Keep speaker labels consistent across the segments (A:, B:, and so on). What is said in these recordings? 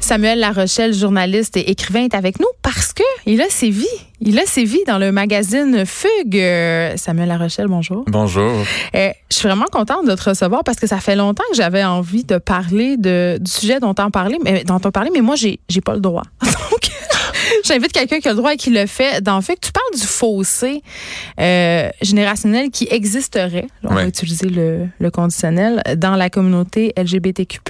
A: Samuel Larochelle, journaliste et écrivain, est avec nous parce que il a sévi. Il a sévi dans le magazine Fugue. Samuel Larochelle, bonjour.
B: Bonjour.
A: Je suis vraiment contente de te recevoir parce que ça fait longtemps que j'avais envie de parler du sujet dont on parlait, mais moi, j'ai pas le droit. Donc, j'invite quelqu'un qui a le droit et qui le fait. Dans Fugue, tu parles du fossé générationnel qui existerait, on va utiliser le conditionnel, dans la communauté LGBTQ+.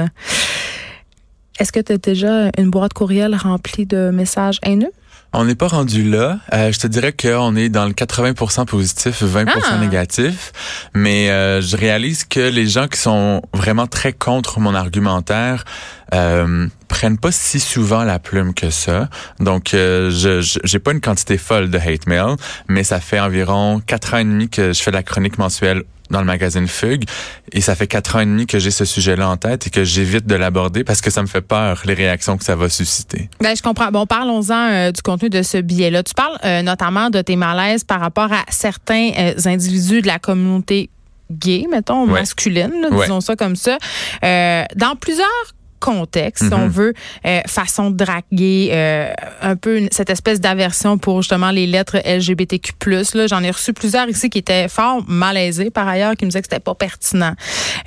A: Est-ce que tu as déjà une boîte courriel remplie de messages haineux?
B: On n'est pas rendu là. Je te dirais qu'on est dans le 80% positif, 20% négatif. Mais je réalise que les gens qui sont vraiment très contre mon argumentaire prennent pas si souvent la plume que ça. Donc, j'ai pas une quantité folle de hate mail, mais ça fait environ 4 ans et demi que je fais la chronique mensuelle dans le magazine Fugue, et ça fait 4 ans et demi que j'ai ce sujet-là en tête et que j'évite de l'aborder parce que ça me fait peur, les réactions que ça va susciter.
A: Ben, je comprends. Bon, parlons-en du contenu de ce billet-là. Tu parles notamment de tes malaises par rapport à certains individus de la communauté gay, mettons, masculine, là, disons ça comme ça, dans plusieurs contexte, si on veut, façon de draguer, un peu cette espèce d'aversion pour justement les lettres LGBTQ+. Là, j'en ai reçu plusieurs ici qui étaient fort malaisés par ailleurs, qui me disaient que c'était pas pertinent.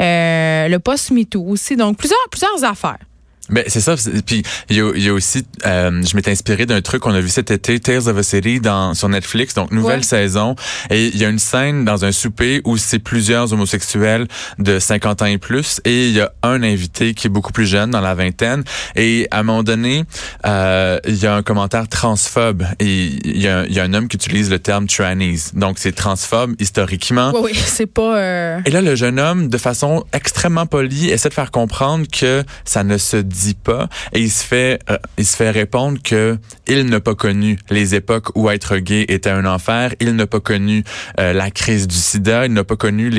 A: Le post-MeToo aussi, donc plusieurs affaires.
B: Ben c'est ça. Puis il y a aussi, je m'étais inspiré d'un truc qu'on a vu cet été, Tales of a City sur Netflix, donc nouvelle saison. Et il y a une scène dans un souper où c'est plusieurs homosexuels de 50 ans et plus, et il y a un invité qui est beaucoup plus jeune, dans la vingtaine. Et à un moment donné, il y a un commentaire transphobe, et il y a un homme qui utilise le terme trannies. Donc c'est transphobe historiquement.
A: Oui, c'est pas.
B: Et là, le jeune homme, de façon extrêmement polie, essaie de faire comprendre que ça ne se dit pas, et il se fait répondre que il n'a pas connu les époques où être gay était un enfer, il n'a pas connu la crise du sida, il n'a pas connu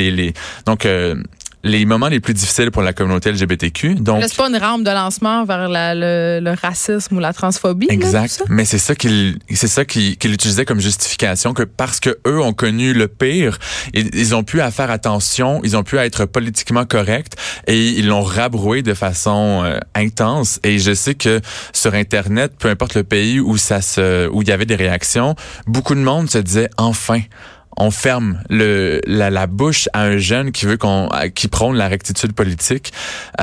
B: les moments les plus difficiles pour la communauté LGBTQ. Donc,
A: c'est pas une rampe de lancement vers le racisme ou la transphobie.
B: Exact. Là, mais c'est ça qu'il utilisait comme justification, que parce que eux ont connu le pire, ils ont pu faire attention, ils ont pu être politiquement corrects, et ils l'ont rabroué de façon intense. Et je sais que sur Internet, peu importe le pays où il y avait des réactions, beaucoup de monde se disait enfin. On ferme la bouche à un jeune qui prône la rectitude politique,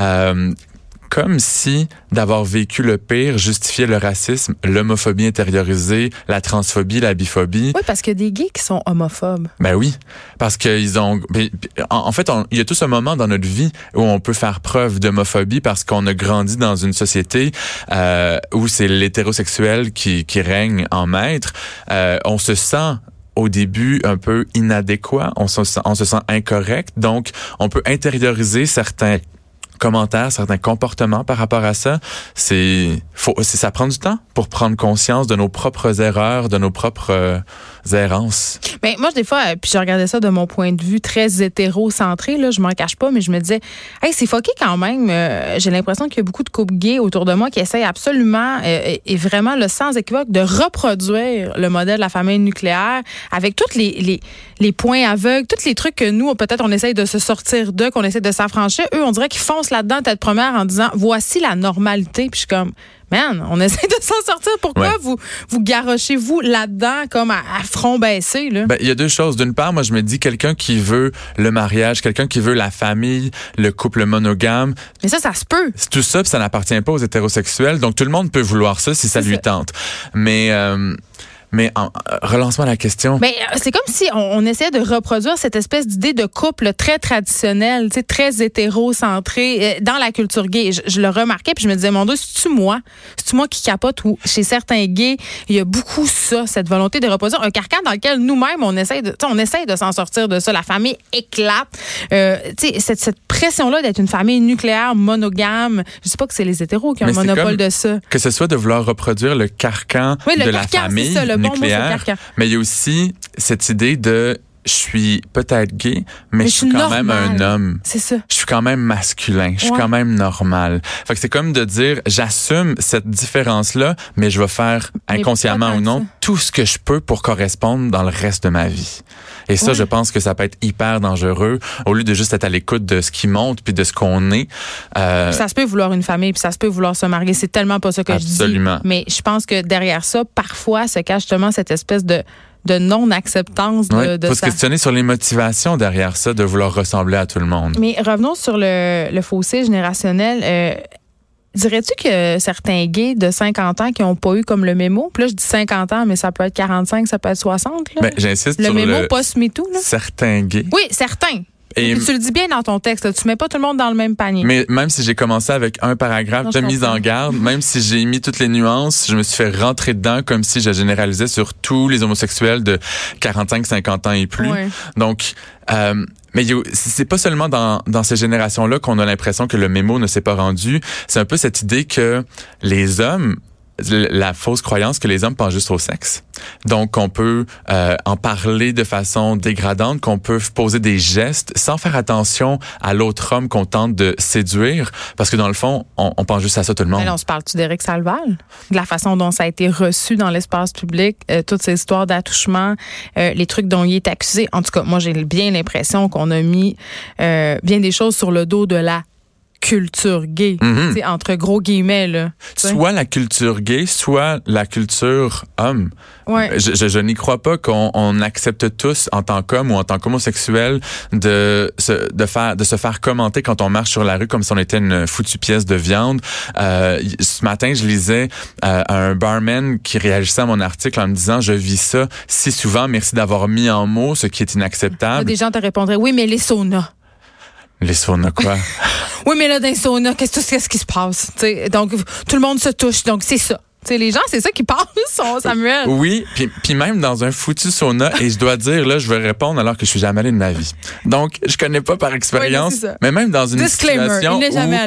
B: comme si d'avoir vécu le pire justifiait le racisme, l'homophobie intériorisée, la transphobie, la biphobie.
A: Oui, parce qu'il y a des gays qui sont homophobes.
B: Ben oui, parce qu'ils ont... En fait, il y a tout ce moment dans notre vie où on peut faire preuve d'homophobie parce qu'on a grandi dans une société où c'est l'hétérosexuel qui règne en maître. On se sent au début un peu inadéquat, on se sent incorrect, donc on peut intérioriser certains commentaires, certains comportements par rapport à ça. Ça prend du temps pour prendre conscience de nos propres erreurs, de nos propres errances.
A: Mais moi, des fois, puis je regardais ça de mon point de vue très hétérocentré, là, je m'en cache pas, mais je me disais, hey, c'est fucké quand même. J'ai l'impression qu'il y a beaucoup de couples gays autour de moi qui essayent absolument et vraiment le sans équivoque de reproduire le modèle de la famille nucléaire avec tous les points aveugles, tous les trucs que nous, peut-être on essaye de se sortir qu'on essaie de s'affranchir. Eux, on dirait qu'ils foncent là-dedans tête première en disant, voici la normalité. Puis je suis comme, man, on essaie de s'en sortir. Pourquoi vous garochez-vous là-dedans comme à front baissé, là?
B: Ben, il y a deux choses. D'une part, moi, je me dis, quelqu'un qui veut le mariage, quelqu'un qui veut la famille, le couple monogame.
A: Mais ça se peut.
B: C'est tout ça, puis ça n'appartient pas aux hétérosexuels. Donc, tout le monde peut vouloir ça si ça lui tente. Mais relance-moi la question.
A: Mais c'est comme si on essayait de reproduire cette espèce d'idée de couple très traditionnel, très hétérocentré dans la culture gay. Je le remarquais puis je me disais, mon Dieu, c'est-tu moi qui capote, ou chez certains gays, il y a beaucoup ça, cette volonté de reproduire un carcan dans lequel nous-mêmes on essaye de s'en sortir de ça. La famille éclate. Cette pression-là d'être une famille nucléaire monogame. Je sais pas que c'est les hétéros qui ont le monopole de ça.
B: Que ce soit de vouloir reproduire le carcan de la famille.
A: Nucléaire,
B: mais il y a aussi cette idée de je suis peut-être gay, mais je suis quand même un homme.
A: C'est ça.
B: Je suis quand même masculin. Je suis quand même normal. Fait que c'est comme de dire, j'assume cette différence-là, mais je vais faire, inconsciemment ou non, tout ce que je peux pour correspondre dans le reste de ma vie. Et ça, je pense que ça peut être hyper dangereux, au lieu de juste être à l'écoute de ce qui monte puis de ce qu'on est.
A: Ça se peut vouloir une famille, puis ça se peut vouloir se marier. C'est tellement pas ça que
B: Absolument.
A: je dis. Mais je pense que derrière ça, parfois, se cache justement cette espèce de non-acceptance de
B: faut se questionner sur les motivations derrière ça, de vouloir ressembler à tout le monde.
A: Mais revenons sur le fossé générationnel. Dirais-tu que certains gays de 50 ans qui n'ont pas eu comme le mémo, puis là je dis 50 ans, mais ça peut être 45, ça peut être 60. Là.
B: Ben, j'insiste sur
A: mémo post-MeToo.
B: Certains gays.
A: Oui, certains. Et tu le dis bien dans ton texte, là, tu mets pas tout le monde dans le même panier.
B: Mais même si j'ai commencé avec un paragraphe de mise en garde, même si j'ai mis toutes les nuances, je me suis fait rentrer dedans comme si je généralisais sur tous les homosexuels de 45-50 ans et plus. Ouais. Donc, mais c'est pas seulement dans ces générations-là qu'on a l'impression que le mémo ne s'est pas rendu. C'est un peu cette idée que les hommes, la fausse croyance que les hommes pensent juste au sexe. Donc, on peut en parler de façon dégradante, qu'on peut poser des gestes sans faire attention à l'autre homme qu'on tente de séduire, parce que dans le fond, on pense juste à ça tout le monde.
A: Mais on se parle-tu d'Éric Salval? De la façon dont ça a été reçu dans l'espace public, toutes ces histoires d'attouchement, les trucs dont il est accusé. En tout cas, moi, j'ai bien l'impression qu'on a mis bien des choses sur le dos de la culture gay, entre gros guillemets. Là,
B: soit la culture gay, soit la culture homme.
A: Ouais.
B: Je n'y crois pas qu'on accepte tous en tant qu'homme ou en tant qu'homosexuel de se faire commenter quand on marche sur la rue comme si on était une foutue pièce de viande. Ce matin, je lisais un barman qui réagissait à mon article en me disant « Je vis ça si souvent, merci d'avoir mis en mots ce qui est inacceptable. »
A: Des gens te répondraient « Oui, mais les saunas. »
B: Les saunas quoi?
A: Oui, mais là, dans les saunas, qu'est-ce qui se passe? T'sais, donc, tout le monde se touche, donc c'est ça. T'sais, les gens, c'est ça qui pensent, Samuel.
B: Oui, puis même dans un foutu sauna, et je dois dire, là, je vais répondre alors que je suis jamais allé de ma vie. Donc, je connais pas par expérience, mais même dans une situation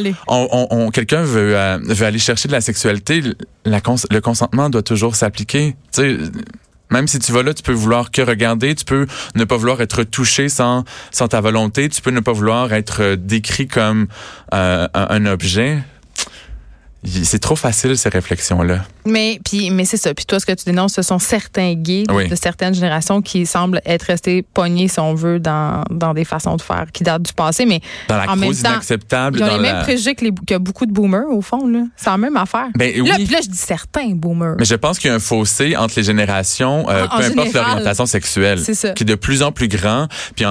B: où quelqu'un veut aller chercher de la sexualité, le consentement doit toujours s'appliquer. Tu sais, même si tu vas là, tu peux vouloir que regarder, tu peux ne pas vouloir être touché sans ta volonté, tu peux ne pas vouloir être décrit comme un objet. C'est trop facile, ces réflexions-là.
A: Mais c'est ça. Puis toi, ce que tu dénonces, ce sont certains gays de certaines générations qui semblent être restés pognés, si on veut, dans des façons de faire qui datent du passé. Mais
B: dans la cause inacceptable.
A: Ils ont les mêmes préjugés que beaucoup de boomers, au fond. Là. C'est la même affaire.
B: Ben,
A: là, puis là, je dis certains boomers.
B: Mais je pense qu'il y a un fossé entre les générations, peu importe l'orientation sexuelle, qui est de plus en plus grand. Puis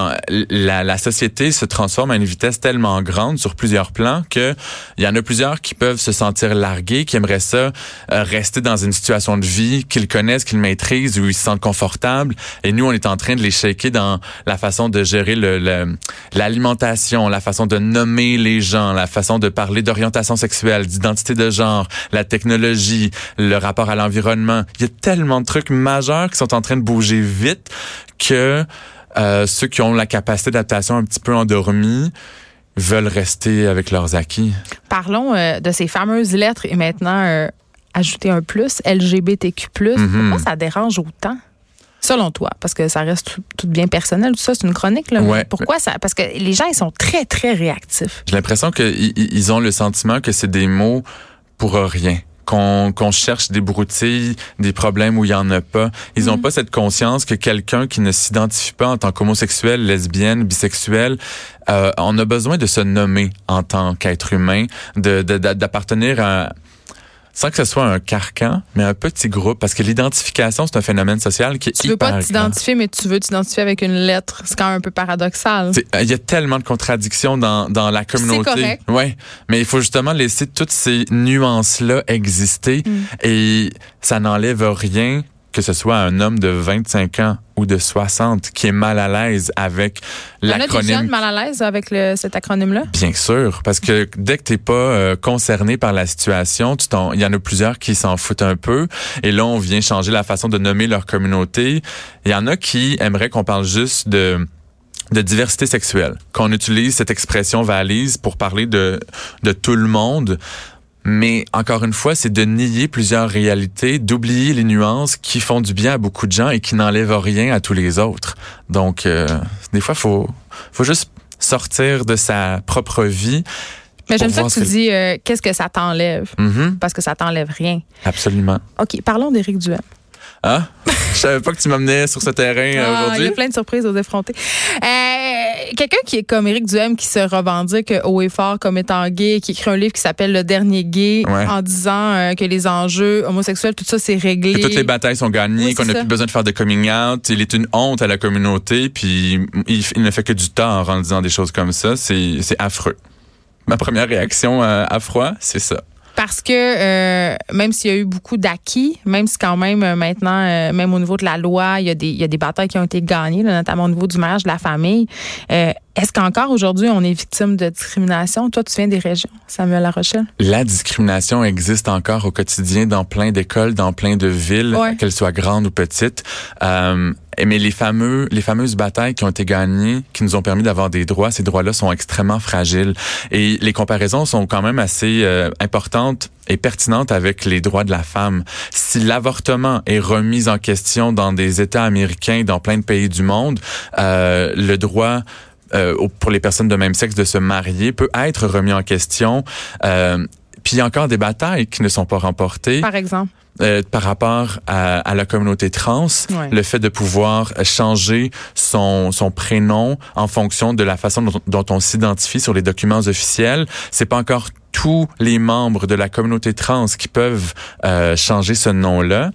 B: la société se transforme à une vitesse tellement grande sur plusieurs plans que il y en a plusieurs qui peuvent se sentir largués, qui aimeraient ça rester dans une situation de vie qu'ils connaissent, qu'ils maîtrisent, où ils se sentent confortables. Et nous, on est en train de les shaker dans la façon de gérer l'alimentation, la façon de nommer les gens, la façon de parler d'orientation sexuelle, d'identité de genre, la technologie, le rapport à l'environnement. Il y a tellement de trucs majeurs qui sont en train de bouger vite que ceux qui ont la capacité d'adaptation un petit peu endormis veulent rester avec leurs acquis. Parlons
A: de ces fameuses lettres et maintenant ajouter un plus, LGBTQ+. Pourquoi ça dérange autant? Selon toi, parce que ça reste tout bien personnel, tout ça, c'est une chronique. Là.
B: Ouais,
A: pourquoi ça? Parce que les gens, ils sont très, très réactifs.
B: J'ai l'impression qu'ils ont le sentiment que c'est des mots pour rien. Qu'on cherche des broutilles, des problèmes où il y en a pas. Ils n'ont pas cette conscience que quelqu'un qui ne s'identifie pas en tant qu'homosexuel, lesbienne, bisexuel, on a besoin de se nommer en tant qu'être humain, d'appartenir à, sans que ce soit un carcan, mais un petit groupe, parce que l'identification, c'est un phénomène social qui est hyper grand. Tu veux pas
A: t'identifier, mais tu veux t'identifier avec une lettre. C'est quand même un peu paradoxal.
B: Il y a tellement de contradictions dans la communauté.
A: C'est correct.
B: Ouais, mais il faut justement laisser toutes ces nuances-là exister et ça n'enlève rien que ce soit un homme de 25 ans ou de 60 qui est mal à l'aise avec l'acronyme.
A: Il y en a des jeunes mal à l'aise avec cet acronyme-là?
B: Bien sûr, parce que dès que t'es pas concerné par la situation, il y en a plusieurs qui s'en foutent un peu. Et là, on vient changer la façon de nommer leur communauté. Il y en a qui aimeraient qu'on parle juste de diversité sexuelle, qu'on utilise cette expression valise pour parler de tout le monde. Mais encore une fois, c'est de nier plusieurs réalités, d'oublier les nuances qui font du bien à beaucoup de gens et qui n'enlèvent rien à tous les autres. Donc, des fois, faut juste sortir de sa propre vie.
A: Mais j'aime ça que tu dis qu'est-ce que ça t'enlève? Parce que ça t'enlève rien.
B: Absolument.
A: OK, parlons d'Éric Duhem.
B: Ah, je savais pas que tu m'amenais sur ce terrain aujourd'hui.
A: Il y a plein de surprises aux effrontés. Quelqu'un qui est comme Éric Duhem, qui se revendique haut et fort comme étant gay, qui écrit un livre qui s'appelle Le Dernier Gay, en disant que les enjeux homosexuels, tout ça, c'est réglé.
B: Que toutes les batailles sont gagnées, qu'on n'a plus besoin de faire de coming out. Il est une honte à la communauté, puis il ne fait que du tort en disant des choses comme ça. C'est affreux. Ma première réaction à froid, c'est ça.
A: Parce que même s'il y a eu beaucoup d'acquis, même si quand même maintenant, même au niveau de la loi, il y a des batailles qui ont été gagnées, là, notamment au niveau du mariage, de la famille. Est-ce qu'encore aujourd'hui, on est victime de discrimination? Toi, tu viens des régions, Samuel Larochelle.
B: La discrimination existe encore au quotidien dans plein d'écoles, dans plein de villes, qu'elles soient grandes ou petites. Mais les fameuses batailles qui ont été gagnées, qui nous ont permis d'avoir des droits, ces droits-là sont extrêmement fragiles. Et les comparaisons sont quand même assez importantes et pertinentes avec les droits de la femme. Si l'avortement est remis en question dans des États américains, dans plein de pays du monde, le droit pour les personnes de même sexe de se marier peut être remis en question. Puis il y a encore des batailles qui ne sont pas remportées.
A: Par exemple?
B: Par rapport à la communauté trans, le fait de pouvoir changer son prénom en fonction de la façon dont on s'identifie sur les documents officiels, c'est pas encore tous les membres de la communauté trans qui peuvent changer ce nom-là.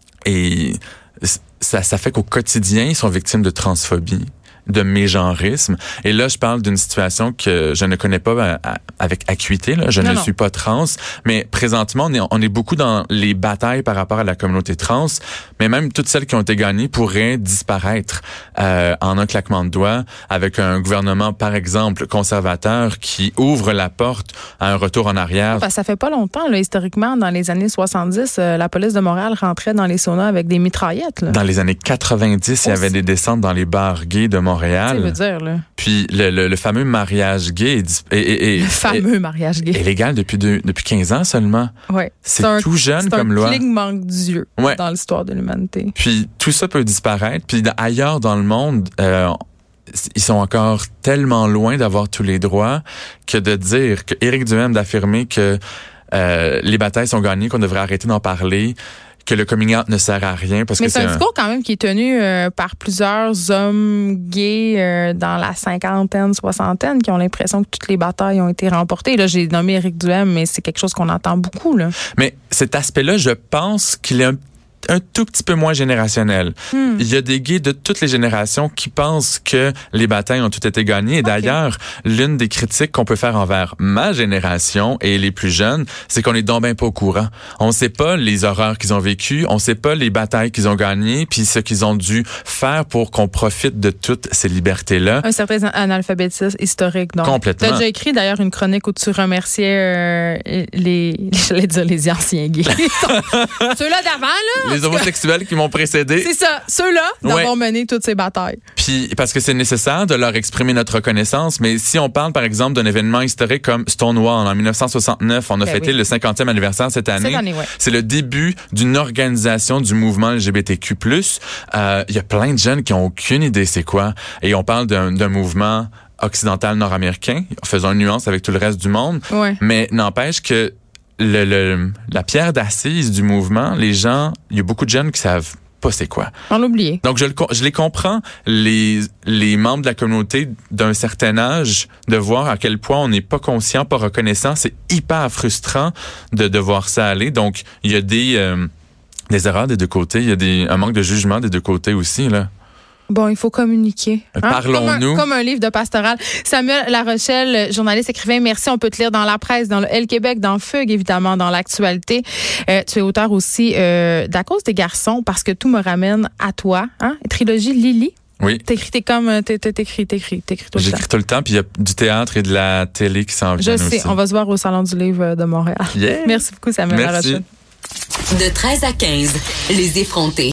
B: Et ça fait qu'au quotidien, ils sont victimes de transphobie, de mégenrisme. Et là, je parle d'une situation que je ne connais pas avec acuité. Là. Je ne suis pas trans, mais présentement, on est beaucoup dans les batailles par rapport à la communauté trans, mais même toutes celles qui ont été gagnées pourraient disparaître en un claquement de doigts avec un gouvernement, par exemple, conservateur qui ouvre la porte à un retour en arrière.
A: Ça fait pas longtemps, là, historiquement, dans les années 70, la police de Montréal rentrait dans les saunas avec des mitraillettes. Là.
B: Dans les années 90, il y avait des descentes dans les bars gays de Montréal.
A: Veut dire, là.
B: Puis le fameux mariage gay est légal depuis 15 ans seulement.
A: Ouais.
B: C'est tout jeune comme loi.
A: C'est un clignement d'yeux dans l'histoire de l'humanité.
B: Puis tout ça peut disparaître. Puis ailleurs dans le monde, ils sont encore tellement loin d'avoir tous les droits que de dire que Éric Duhem d'affirmer que les batailles sont gagnées, qu'on devrait arrêter d'en parler, que le coming out ne sert à rien.
A: Mais c'est un discours quand même qui est tenu par plusieurs hommes gays dans la cinquantaine, soixantaine, qui ont l'impression que toutes les batailles ont été remportées. Là, j'ai nommé Éric Duhem, mais c'est quelque chose qu'on entend beaucoup. Là.
B: Mais cet aspect-là, je pense qu'il est un tout petit peu moins générationnel. Il y a des gays de toutes les générations qui pensent que les batailles ont toutes été gagnées. Et d'ailleurs, l'une des critiques qu'on peut faire envers ma génération et les plus jeunes, c'est qu'on est donc ben pas au courant. On sait pas les horreurs qu'ils ont vécues, on sait pas les batailles qu'ils ont gagnées, puis ce qu'ils ont dû faire pour qu'on profite de toutes ces libertés-là.
A: Un certain analphabétisme historique. Donc.
B: Complètement.
A: Tu as déjà écrit d'ailleurs une chronique où tu remerciais les anciens gays. Ceux-là d'avant, là.
B: Les homosexuels qui m'ont précédé.
A: C'est ça, ceux-là d'avoir mené toutes ces batailles.
B: Puis parce que c'est nécessaire de leur exprimer notre reconnaissance, mais si on parle par exemple d'un événement historique comme Stonewall en 1969, on a fêté le 50e anniversaire cette année. C'est le début d'une organisation du mouvement LGBTQ+. Il y a plein de jeunes qui ont aucune idée c'est quoi, et on parle d'un mouvement occidental nord-américain, faisant une nuance avec tout le reste du monde, mais n'empêche que la pierre d'assise du mouvement, il y a beaucoup de jeunes qui savent pas c'est quoi.
A: On l'a oublié.
B: Donc je les comprends, les membres de la communauté d'un certain âge, de voir à quel point on n'est pas conscient, pas reconnaissant, c'est hyper frustrant de voir ça aller. Donc il y a des erreurs des deux côtés, il y a un manque de jugement des deux côtés aussi là.
A: Bon, il faut communiquer.
B: Parlons-nous.
A: Comme un livre de pastoral. Samuel Larochelle, journaliste, écrivain, merci. On peut te lire dans la presse, dans le Elle Québec, dans Fugue, évidemment, dans l'actualité. Tu es auteur aussi d'À cause des garçons, parce que tout me ramène à toi. Trilogie Lily.
B: Oui.
A: T'écris tout le temps.
B: J'écris tout le temps, puis il y a du théâtre et de la télé qui s'en viennent aussi.
A: Je sais, on va se voir au Salon du Livre de Montréal.
B: Yeah.
A: Merci beaucoup, Samuel Larochelle.
C: De 13 à 15, Les effrontés.